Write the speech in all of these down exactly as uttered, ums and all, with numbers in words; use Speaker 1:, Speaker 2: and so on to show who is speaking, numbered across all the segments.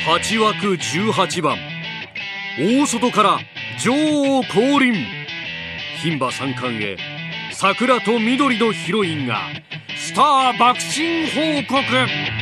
Speaker 1: はちわくじゅうはちばん、大外から女王降臨。牝馬三冠へ桜と緑のヒロインがスター爆心報告。
Speaker 2: スタート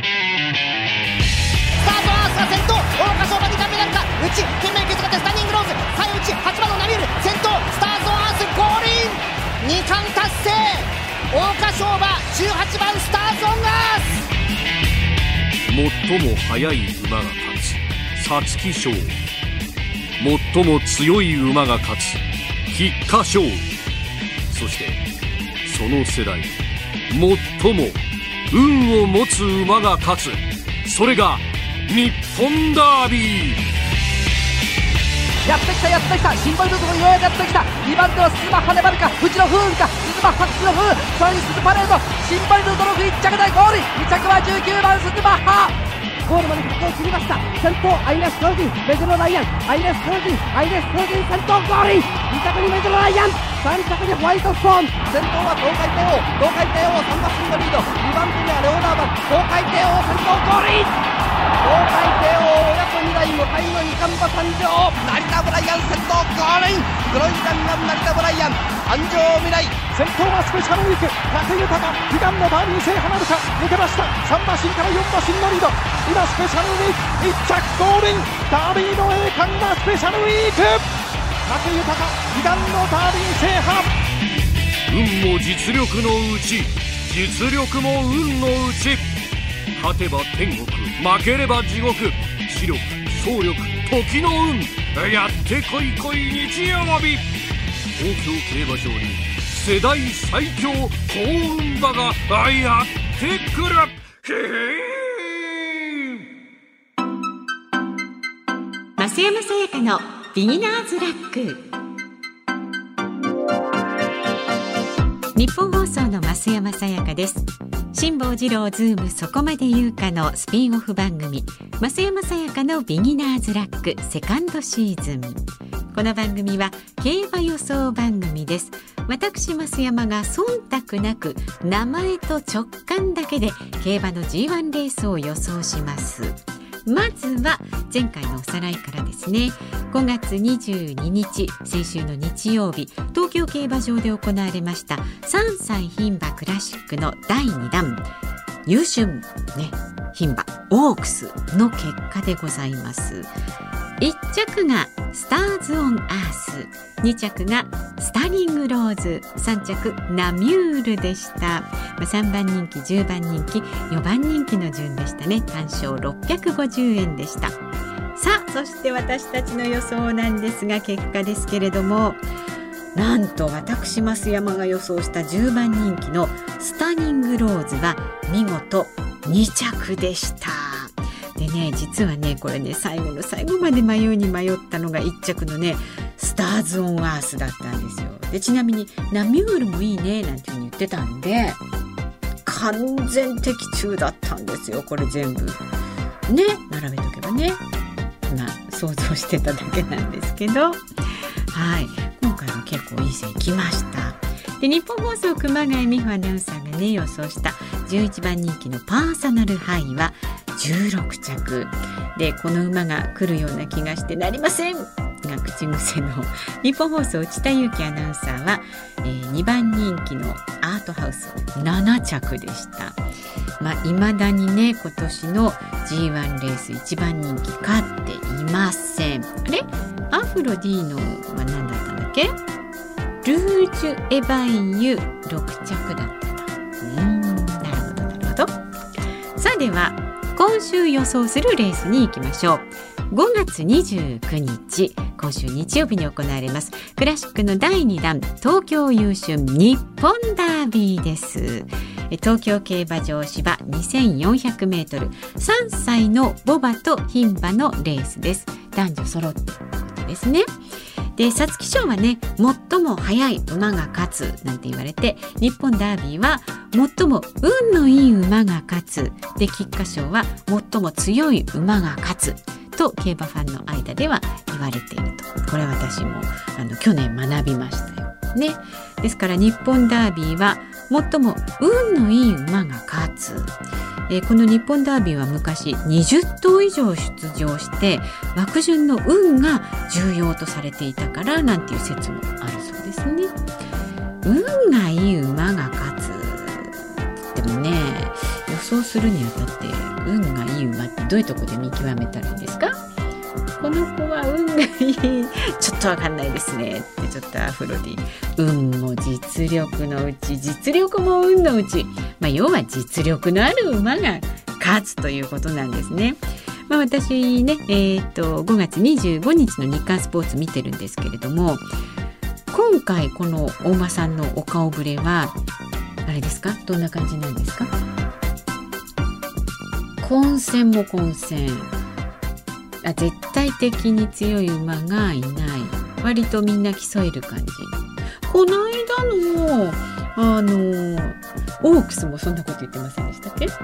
Speaker 2: アースが先頭、大岡賞馬にかんめなるか、内懸命削ってスタニングローズ、最内はちばんのナビウル先頭、スターズオンアース降臨、に冠達成。大岡賞馬じゅうはちばんスターズオンアース。
Speaker 1: 最も速い馬が勝つ皐月賞、最も強い馬が勝つ菊花賞、そしてその世代最も運を持つ馬が勝つ、それが日本ダービー。
Speaker 3: やってきたやってきた、シンボルルートもようやくやってきた。にばん手は鈴間羽丸か藤野風雲か、鈴間初の風雲、さらに鈴パレード、シンボルルートのいっちゃく台ゴール、に着はじゅうきゅうばん鈴間派。ゴールまで一歩を切りました。先頭アイレストージン、メジロライアン、アイレストージン、アイレストージン先頭ゴール、に着にメジロライアン、さん着にホワイトストーン、先頭は東海帝王、東海帝王さん馬身のリード、にばん手にはレオナーバン、東海帝王先頭ゴール、東海帝王親子にだい無敗の二冠馬誕生、成田ブライアン先頭ゴール、黒い弾丸成田ブライアン誕生未来。先頭はスペシャルウィーク、武豊悲願のダービー制覇なるか、抜けました。さん馬身からよん馬身のリード、今スペシャルウィークいっ着ゴールイン、ダービーの栄冠がスペシャルウィーク、武豊悲願のダービー制覇。
Speaker 1: 運も実力のうち、実力も運のうち。勝てば天国、負ければ地獄。知力、総力、時の運、やってこいこい日曜日。東京競馬場に世代最強幸運馬がやってくる。
Speaker 4: 増山さやかのビギナーズラック。日本放送の増山さやかです。辛坊治郎ズームそこまで言うかのスピンオフ番組、増山さやかのビギナーズラックセカンドシーズン。この番組は競馬予想番組です。私増山が忖度なく名前と直感だけで競馬の ジーワン レースを予想します。まずは前回のおさらいからですね。ごがつにじゅうににち、先週の日曜日、東京競馬場で行われましたさんさい牝馬クラシックのだいにだん、優春ね牝馬オークスの結果でございます。いっ着がスターズオンアース、に着がスタニングローズ、さん着ナミュールでした。さんばん人気、じゅうばん人気、よんばん人気の順でしたね。単勝ろっぴゃくごじゅうえんでした。さあ、そして私たちの予想なんですが、結果ですけれども、なんと私増山が予想したじゅうばん人気のスタニングローズは見事に着でした。でね、実はねこれね最後の最後まで迷いに迷ったのがいっ着のねスターズオンアースだったんですよ。でちなみにナミュールもいいねなんていう風に言ってたんで、完全的中だったんですよ。これ全部ね並べとけばね、まあ想像してただけなんですけど、はい、今回は結構いい線いきました。で日本放送熊谷美穂アナウンサーがね予想したじゅういちばん人気のパーソナルハイはじゅうろく着で、この馬が来るような気がしてなりませんが口癖の日本放送内田裕樹アナウンサーは、えー、にばん人気のアートハウスなな着でした。まあ、未だにね今年の ジーワン レースいちばん人気勝っていません。あれアフロディーノは何だったんだっけ、ルージュエバイユろく着だったな。うーんなるほどなるほど。さあでは今週予想するレースに行きましょう。ごがつにじゅうくにち、今週日曜日に行われますクラシックのだいにだん東京優春日本ダービーです。東京競馬場芝 にせんよんひゃくメートル、さんさいの牡馬と牝馬のレースです。男女揃っていることですね。で皐月賞はね最も速い馬が勝つなんて言われて、日本ダービーは最も運のいい馬が勝つで、菊花賞は最も強い馬が勝つと競馬ファンの間では言われていると。これは私もあの去年学びましたよね。ですから日本ダービーは最も運のいい馬が勝つ。えー、この日本ダービーは昔にじゅっとう以上出場して枠順の運が重要とされていたからなんていう説もあるそうですね。運がいい馬が勝つでもね、予想するにあたって運がいい馬ってどういうところで見極めたらいいんですか？この子は運がいい、ちょっとわかんないですねってちょっとアフロディ、運も実力のうち実力も運のうち、まあ、要は実力のある馬が勝つということなんですね。まあ、私ね、えー、とごがつにじゅうごにちの日刊スポーツ見てるんですけれども、今回この大馬さんのお顔ぶれはあれですか、どんな感じなんですか？混戦も混戦、あ、絶対的に強い馬がいない、割とみんな競える感じ。この間のあのオークスもそんなこと言ってませんでしたっけ？うん、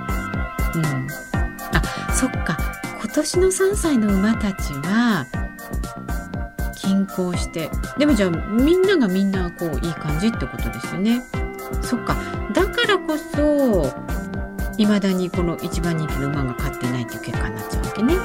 Speaker 4: あ、そっか、今年のさんさいの馬たちは均衡して、でもじゃあみんながみんなこういい感じってことですよね。そっか、だからこそいまだにこの一番人気の馬が勝ってないっていう結果になっちゃうわけね。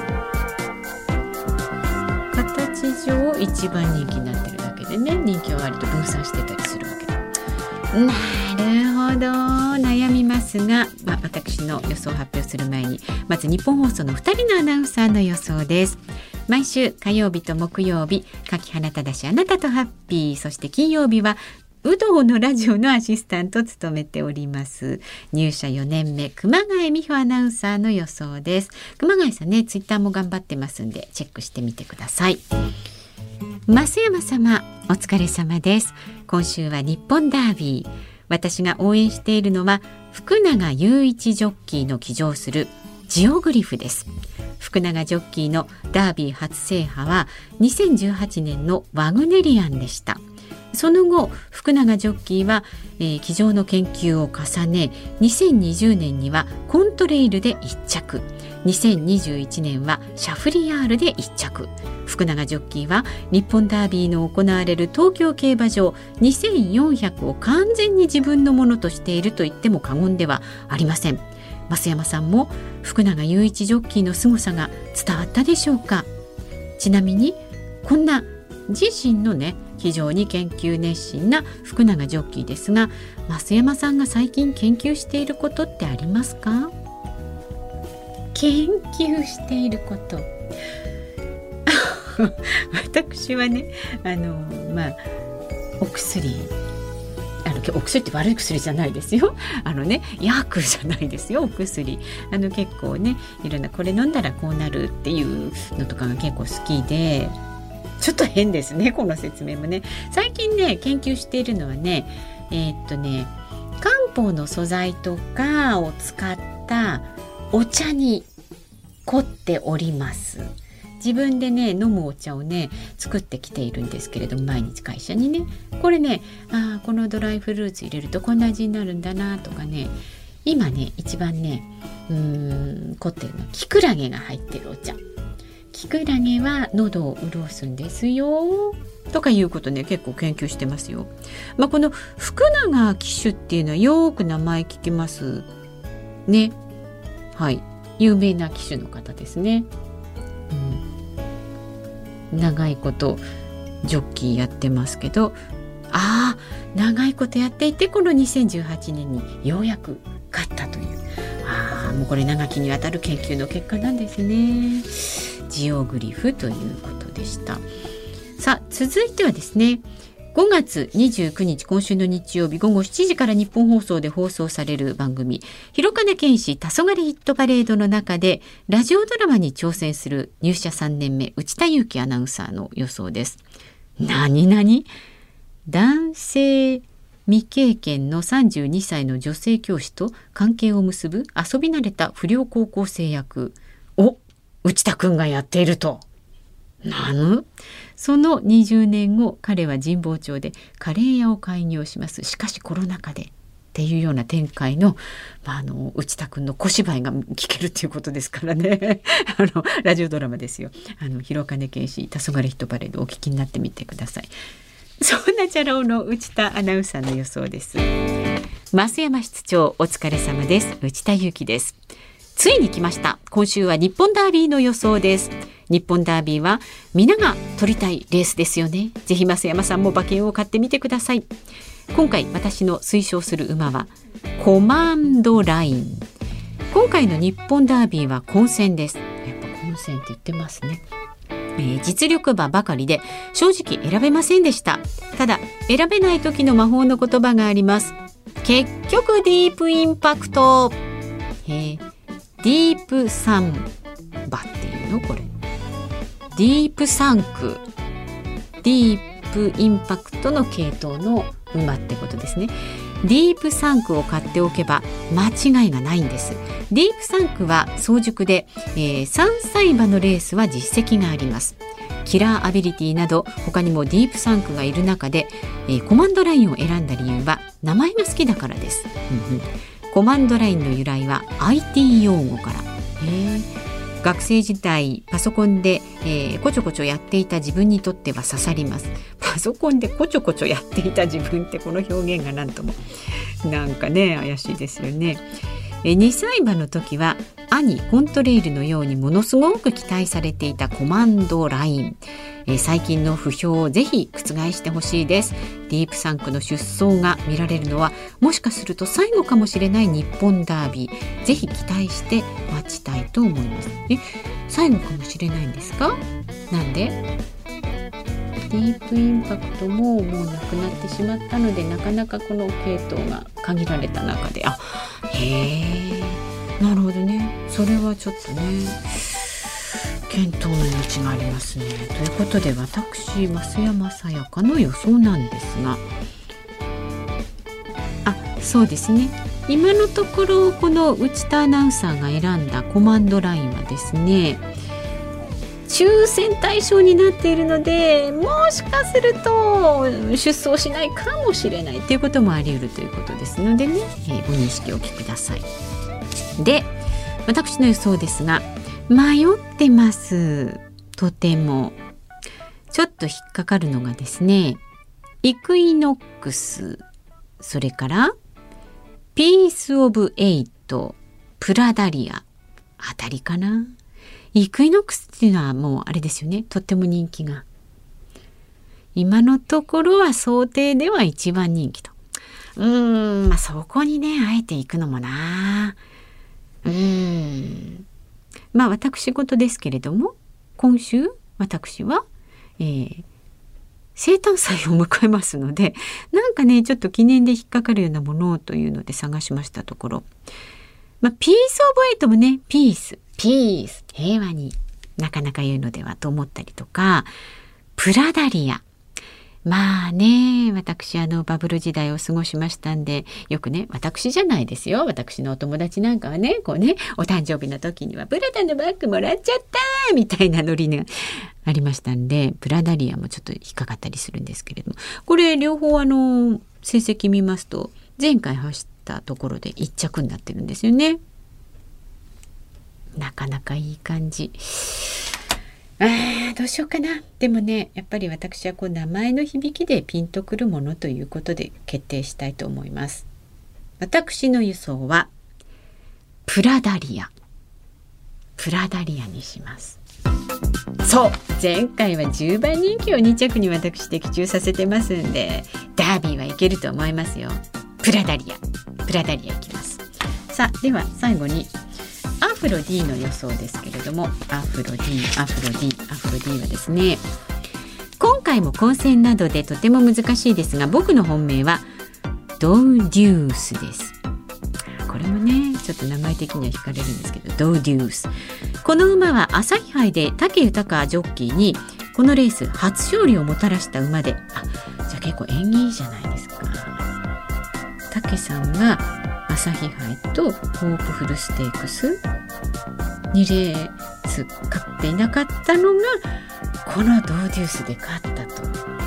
Speaker 4: 形上一番人気になってるだけでね、人気は割と分散してたりするわけだ。なるほど、悩みますが、まあ、私の予想を発表する前にまず日本放送のふたりのアナウンサーの予想です。毎週火曜日と木曜日、柿花正あなたとハッピー、そして金曜日は有働のラジオのアシスタントを務めております入社よねんめ熊谷美穂アナウンサーの予想です。熊谷さんね、ツイッターも頑張ってますんでチェックしてみてください。増山様、お疲れ様です。今週は日本ダービー、私が応援しているのは福永祐一ジョッキーの騎乗するジオグリフです。福永ジョッキーのダービー初制覇はにせんじゅうはちねんのワグネリアンでした。その後福永ジョッキーは、えー、騎乗の研究を重ね、にせんにじゅうねんにはコントレイルでいっちゃく、にせんにじゅういちねんはシャフリヤールでいっちゃく。福永ジョッキーは日本ダービーの行われる東京競馬場にせんよんひゃくを完全に自分のものとしていると言っても過言ではありません。増山さんも福永祐一ジョッキーの凄さが伝わったでしょうか？ちなみにこんな自身のね、非常に研究熱心な福永ジョッキーですが、増山さんが最近研究していることってありますか？研究していること私はね、あのまあお薬、あのお薬って悪い薬じゃないですよ。あのね、薬じゃないですよ、お薬。あの結構ね、いろんなこれ飲んだらこうなるっていうのとかが結構好きで、ちょっと変ですね、この説明もね。最近ね、研究しているのはね、えー、っとね漢方の素材とかを使ったお茶に凝っております。自分でね、飲むお茶をね作ってきているんですけれども、毎日会社にね、これね、あ、このドライフルーツ入れるとこんな味になるんだなとかね、今ね一番ねうーん凝ってるのはキクラゲが入ってるお茶。キクラゲは喉を潤すんですよとかいうことね、結構研究してますよ。まあ、この福永騎手っていうのはよく名前聞きますね。はい、有名な騎手の方ですね。うん、長いことジョッキーやってますけど、ああ長いことやっていて、このにせんじゅうはちねんにようやく勝ったという、ああもうこれ長きにわたる研究の結果なんですね。ジオグリフということでした。さあ続いてはですね、ごがつにじゅうくにち、今週の日曜日ごごしちじから日本放送で放送される番組、広金健志黄昏ヒットパレードの中でラジオドラマに挑戦する入社さんねんめ内田裕樹アナウンサーの予想です。何々男性未経験のさんじゅうにさいの女性教師と関係を結ぶ遊び慣れた不良高校生役を内田くんがやっていると。なぬそのにじゅうねんご、彼は神保町でカレー屋を開業します。しかしコロナ禍でっていうような展開の、まあ、あの内田くんの小芝居が聞けるっていうことですからねあのラジオドラマですよ。あの広金健志黄昏ヒットパレードお聞きになってみてください。そんなチャラ男の内田アナウンサーの予想です。 増山室長お疲れ様です。内田裕樹です。ついに来ました。今週は日本ダービーの予想です。日本ダービーは皆が取りたいレースですよね。ぜひ増山さんも馬券を買ってみてください。今回私の推奨する馬はコマンドライン。今回の日本ダービーは混戦です。やっぱ混戦って言ってますね。えー、実力馬ばかりで正直選べませんでした。ただ選べない時の魔法の言葉があります。結局ディープインパクト、えー、ディープサンバっていうのこれディープサンクディープインパクトの系統の馬ってことですね。ディープサンクを買っておけば間違いがないんです。ディープサンクは早熟で、えー、さんさい馬のレースは実績があります。キラーアビリティなど他にもディープサンクがいる中で、えー、コマンドラインを選んだ理由は名前が好きだからです、うんうん、コマンドラインの由来は アイティー 用語から。へー学生時代パソコンで、えー、こちょこちょやっていた自分にとっては刺さります。パソコンでこちょこちょやっていた自分ってこの表現がなんともなんかね怪しいですよね。えー、にさい馬の時は兄コントレイルのようにものすごく期待されていたコマンドライン、えー、最近の不評をぜひ覆してほしいです。ディープサンクの出走が見られるのはもしかすると最後かもしれない日本ダービー、ぜひ期待して待ちたいと思います。え最後かもしれないんですか？なんで？ディープインパクトももうなくなってしまったのでなかなかこの系統が限られた中で、あへーなるほどね、それはちょっとね検討の余地がありますね。ということで私増山さやかの予想なんですが、あそうですね、今のところこの内田アナウンサーが選んだコマンドラインはですね抽選対象になっているので、もしかすると出走しないかもしれないということもあり得るということですのでね、えー、ご認識おきください。で私の予想ですが迷ってます。とてもちょっと引っかかるのがですね、イクイノックス、それからピースオブエイト、プラダリアあたりかな。イクイノックスっていうのはもうあれですよね、とっても人気が今のところは想定では一番人気と。うーんまあそこにねあえていくのもな、うーんまあ私事ですけれども、今週私は、えー、生誕祭を迎えますので、なんかねちょっと記念で引っかかるようなものというので探しましたところ、まあ、ピースオブエイトもねピースピース平和になかなか言うのではと思ったりとか、プラダリアまあね私あのバブル時代を過ごしましたんで、よくね私じゃないですよ、私のお友達なんかはねこうねお誕生日の時にはプラダのバッグもらっちゃったみたいなノリがありましたんで、プラダリアもちょっと引っかかったりするんですけれども、これ両方あの成績見ますと前回走ったところでいっ着になってるんですよね。なかなかいい感じ。あーどうしようかな。でもねやっぱり私はこう名前の響きでピンとくるものということで決定したいと思います。私の予想はプラダリアプラダリアにします。そう前回はじゅうばん人気をに着に私的中させてますんで、ダービーはいけると思いますよ。プラダリアプラダリアいきます。さあでは最後にアフロ D の予想ですけれども、アフロ D アフロ D アフロ D はですね、今回も混戦などでとても難しいですが、僕の本命はドウデュースです。これもねちょっと名前的には惹かれるんですけど、ドウデュース、この馬は朝日杯で武豊ジョッキーにこのレース初勝利をもたらした馬で、あじゃあ結構縁起いいじゃないですか。武さんが朝日杯とホープフルステークスにレース勝っていなかったのがこのドウデュースで勝ったと。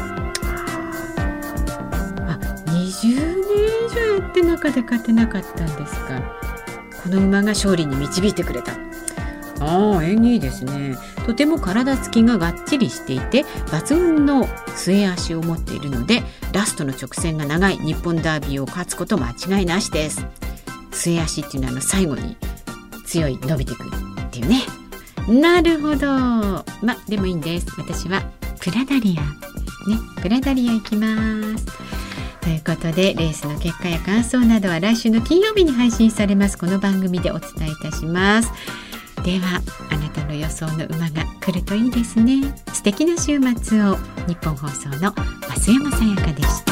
Speaker 4: あにじゅうねん以上やって中で勝てなかったんですか。この馬が勝利に導いてくれた。 ああ、縁起いいですね。とても体つきががっちりしていて抜群の末足を持っているので、ラストの直線が長い日本ダービーを勝つこと間違いなしです。末足っていうのはあの最後に強い伸びてくるっていうね。なるほど。まあでもいいんです。私はプラダリアね、プラダリア行きます。ということで、レースの結果や感想などは来週の金曜日に配信されますこの番組でお伝えいたします。では、あなたの予想の馬が来るといいですね。素敵な週末を。日本放送の増山さやかでした。